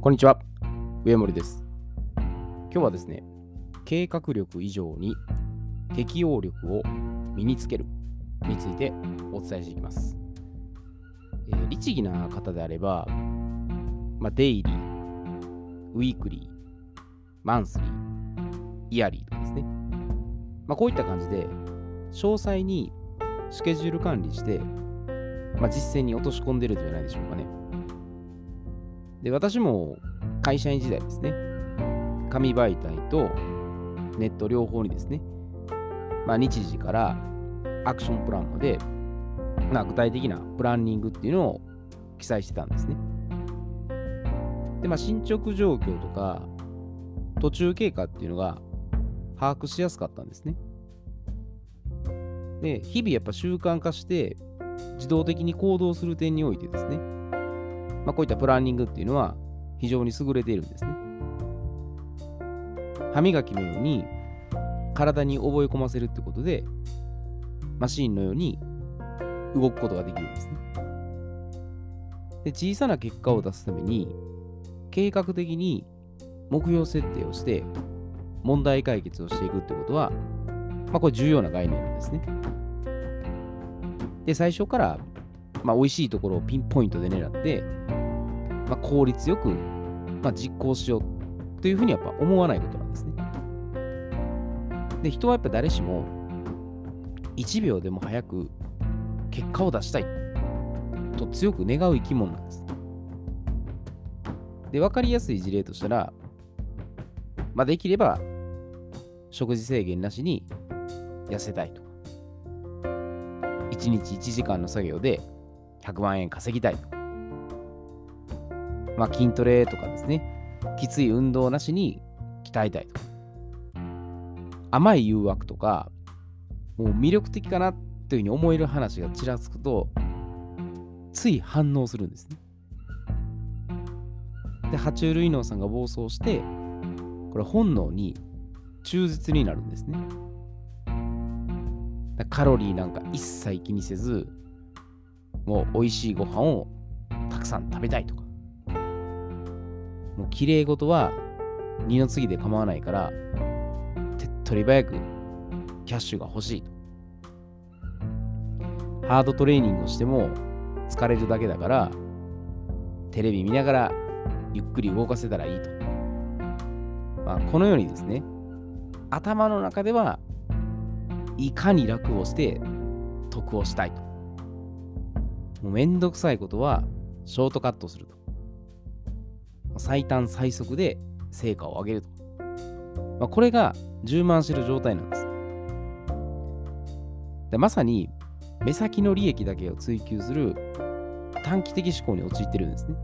こんにちは、上森です。今日はですね、計画力以上に適応力を身につけるについてお伝えしていきます。律儀な方であれば、デイリー、ウィークリー、マンスリー、イヤリーとかですね。こういった感じで、詳細にスケジュール管理して、実践に落とし込んでるんじゃないでしょうかね。で、私も会社員時代ですね、紙媒体とネット両方にですね、日時からアクションプランまで、具体的なプランニングっていうのを記載してたんですね。で、進捗状況とか途中経過っていうのが把握しやすかったんですね。で、日々やっぱ習慣化して自動的に行動する点においてですね、こういったプランニングっていうのは非常に優れているんですね。歯磨きのように体に覚え込ませるってことで、マシーンのように動くことができるんですね。で、小さな結果を出すために、計画的に目標設定をして、問題解決をしていくってことは、これ重要な概念なんですね。で、最初から、美味しいところをピンポイントで狙って、効率よく、実行しようというふうにやっぱ思わないことなんですね。で、人はやっぱ誰しも1秒でも早く結果を出したいと強く願う生き物なんです。で、分かりやすい事例としたら、できれば食事制限なしに痩せたいとか、1日1時間の作業で100万円稼ぎたいとか、筋トレとかですね、きつい運動なしに鍛えたいとか、甘い誘惑とか、もう魅力的かなというふうに思える話がちらつくと、つい反応するんですね。で、爬虫類脳さんが暴走して、これ本能に忠実になるんですね。カロリーなんか一切気にせず、もう美味しいご飯をたくさん食べたいとか、もう綺麗事は二の次で構わないから、手っ取り早くキャッシュが欲しいと。ハードトレーニングをしても疲れるだけだから、テレビ見ながらゆっくり動かせたらいいと。このようにですね、頭の中ではいかに楽をして得をしたいと。もうめんどくさいことはショートカットすると。最短最速で成果を上げると。これが充満している状態なんです。で、まさに目先の利益だけを追求する短期的思考に陥ってるんですね。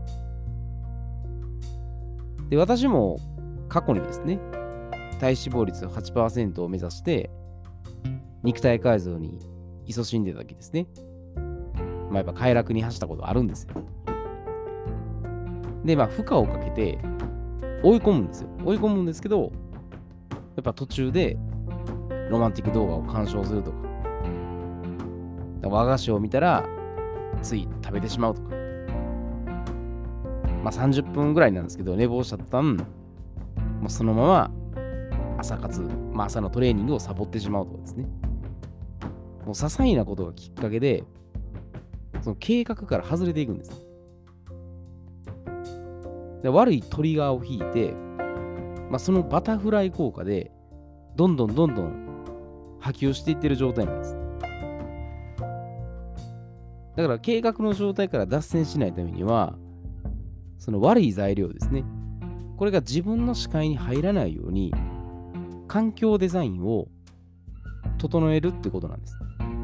で、私も過去にですね、体脂肪率 8% を目指して肉体改造に勤しんでた時ですね、やっぱ快楽に走ったことがあるんですよ。で、負荷をかけて追い込むんですよ。追い込むんですけど、やっぱ途中でロマンティック動画を鑑賞するとか、和菓子を見たらつい食べてしまうとか、30分ぐらいなんですけど、寝坊した途端、もうそのまま朝活、朝のトレーニングをサボってしまうとかですね。もう些細なことがきっかけで、その計画から外れていくんです。で、悪いトリガーを引いて、そのバタフライ効果で、どんどん波及していってる状態なんです。だから計画の状態から脱線しないためには、その悪い材料ですね。これが自分の視界に入らないように、環境デザインを整えるってことなんです。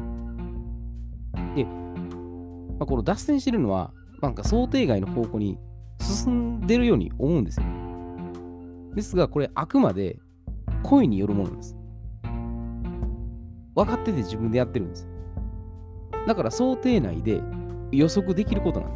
で、この脱線してるのは、想定外の方向に進んでるように思うんですよ。ですが、これあくまで故意によるものなんです。分かってて自分でやってるんです。だから想定内で予測できることなんです。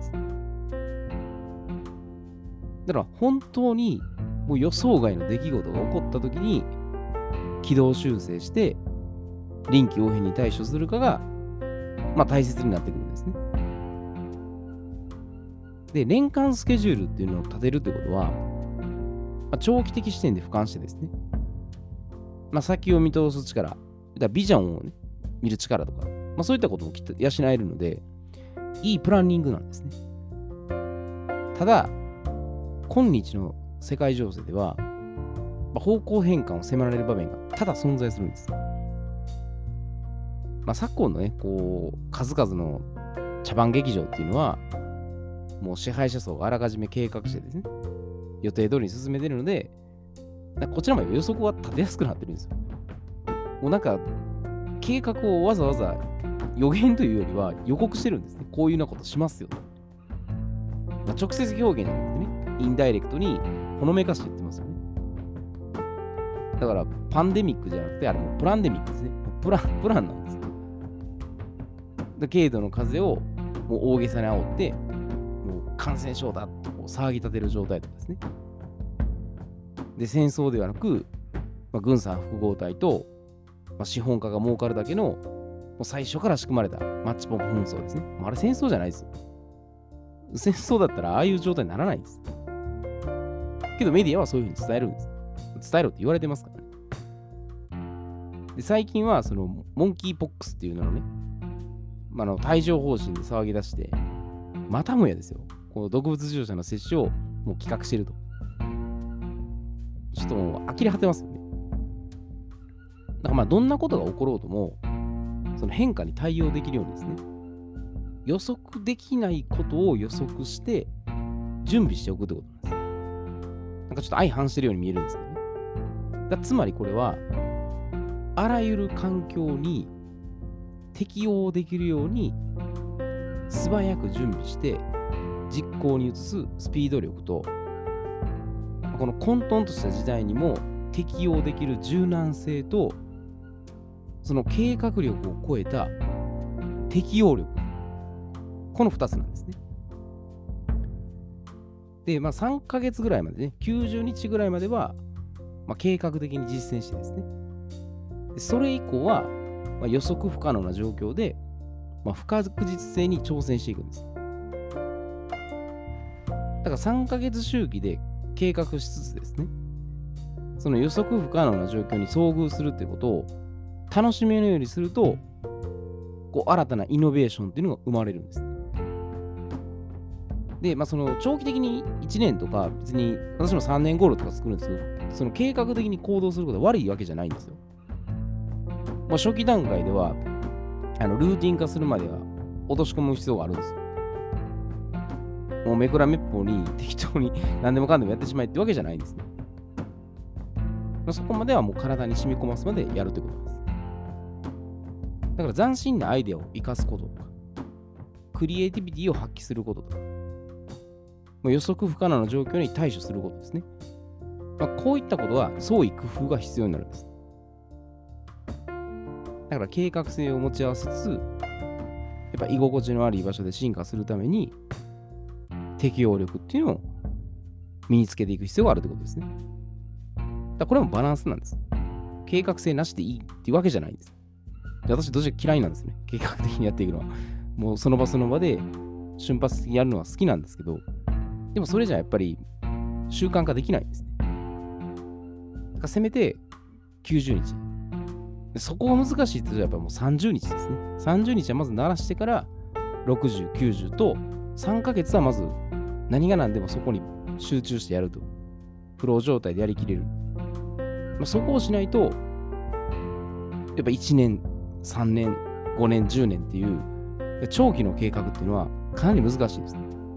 だから本当にもう予想外の出来事が起こった時に軌道修正して臨機応変に対処するかが大切になってくるんですね。 で、年間スケジュールっていうのを立てるってことは、長期的視点で俯瞰してですね、先を見通す力、だからビジョンをね、見る力とか、そういったこともきっと養えるので、いいプランニングなんですね。ただ、今日の世界情勢では、方向変換を迫られる場面がただ存在するんです。昨今のね、数々の茶番劇場っていうのは、もう支配者層があらかじめ計画してですね、予定通りに進めてるので、こちらも予測は立てやすくなってるんですよ。もう計画をわざわざ予言というよりは予告してるんですね。こういうようなことしますよ。直接表現じゃなくてね、インダイレクトにほのめかして言ってますよね。だから、パンデミックじゃなくて、あれもうプランデミックですね。プランなんですよ。軽度の風邪をもう大げさに煽って、もう感染症だと騒ぎ立てる状態とかですね。で、戦争ではなく、軍産複合体と、資本家が儲かるだけの、もう最初から仕組まれたマッチポンプ紛争ですね。あれ戦争じゃないですよ。戦争だったらああいう状態にならないんです。けどメディアはそういうふうに伝えるんです。伝えろって言われてますからね。で、最近はそのモンキーポックスっていうのをね、帯状疱疹で騒ぎ出して、またもやですよ。この毒物注射の接種をもう企画してると。ちょっともう呆れ果てますよね。だからどんなことが起ころうとも、その変化に対応できるようにですね、予測できないことを予測して準備しておくってことなんです。ちょっと相反してるように見えるんですけどね。つまりこれは、あらゆる環境に適応できるように素早く準備して実行に移すスピード力と、この混沌とした時代にも適応できる柔軟性と、その計画力を超えた適応力、この2つなんですね。で、3ヶ月ぐらいまでね、90日ぐらいまでは、計画的に実践してですね。それ以降は、予測不可能な状況で、不確実性に挑戦していくんです。だから3ヶ月周期で計画しつつですね、その予測不可能な状況に遭遇するっていうことを楽しめるようにすると、新たなイノベーションっていうのが生まれるんです。で、その長期的に1年とか、別に私も3年ゴールとか作るんですけど、その計画的に行動することは悪いわけじゃないんですよ。初期段階では、ルーティン化するまでは落とし込む必要があるんですよ。もうめくらめっぽうに適当に何でもかんでもやってしまえってわけじゃないんですね。そこまではもう体に染み込ますまでやるということです。だから斬新なアイデアを生かすこととか、クリエイティビティを発揮することとか、予測不可能な状況に対処することですね。こういったことは創意工夫が必要になるんです。だから計画性を持ち合わせつつ、やっぱ居心地の悪い場所で進化するために、適応力っていうのを身につけていく必要があるということですね。これもバランスなんです。計画性なしでいいっていうわけじゃないんです。私、どっちか嫌いなんですね。計画的にやっていくのは。もうその場その場で瞬発的にやるのは好きなんですけど、でもそれじゃやっぱり習慣化できないんですね。だからせめて90日。そこが難しいって言うとやっぱもう30日ですね。30日はまず慣らしてから60、90と3ヶ月はまず何が何でもそこに集中してやると。フロー状態でやりきれる。そこをしないと、やっぱ1年、3年、5年、10年っていう長期の計画っていうのはかなり難しいですね。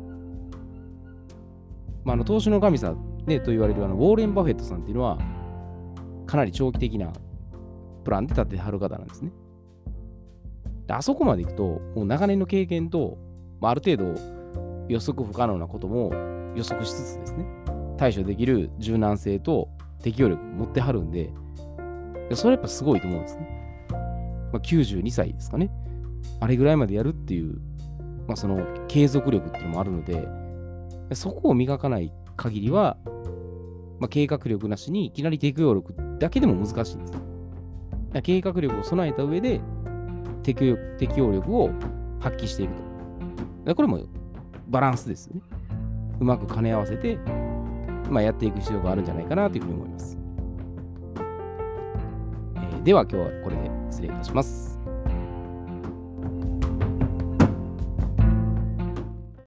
投資の神様、ね、と言われるウォーレン・バフェットさんっていうのはかなり長期的なプランで立てはる方なんですね。であそこまでいくと、もう長年の経験と、ある程度予測不可能なことも予測しつつですね、対処できる柔軟性と適応力を持ってはるんで、それやっぱすごいと思うんですね。92歳ですかね。あれぐらいまでやるっていう、その継続力っていうのもあるので、そこを磨かない限りは、計画力なしにいきなり適応力だけでも難しいんです。計画力を備えた上で適応力を発揮していくと。これもバランスですよね。 うまく兼ね合わせて、やっていく必要があるんじゃないかなというふうに思います。では今日はこれで失礼いたします。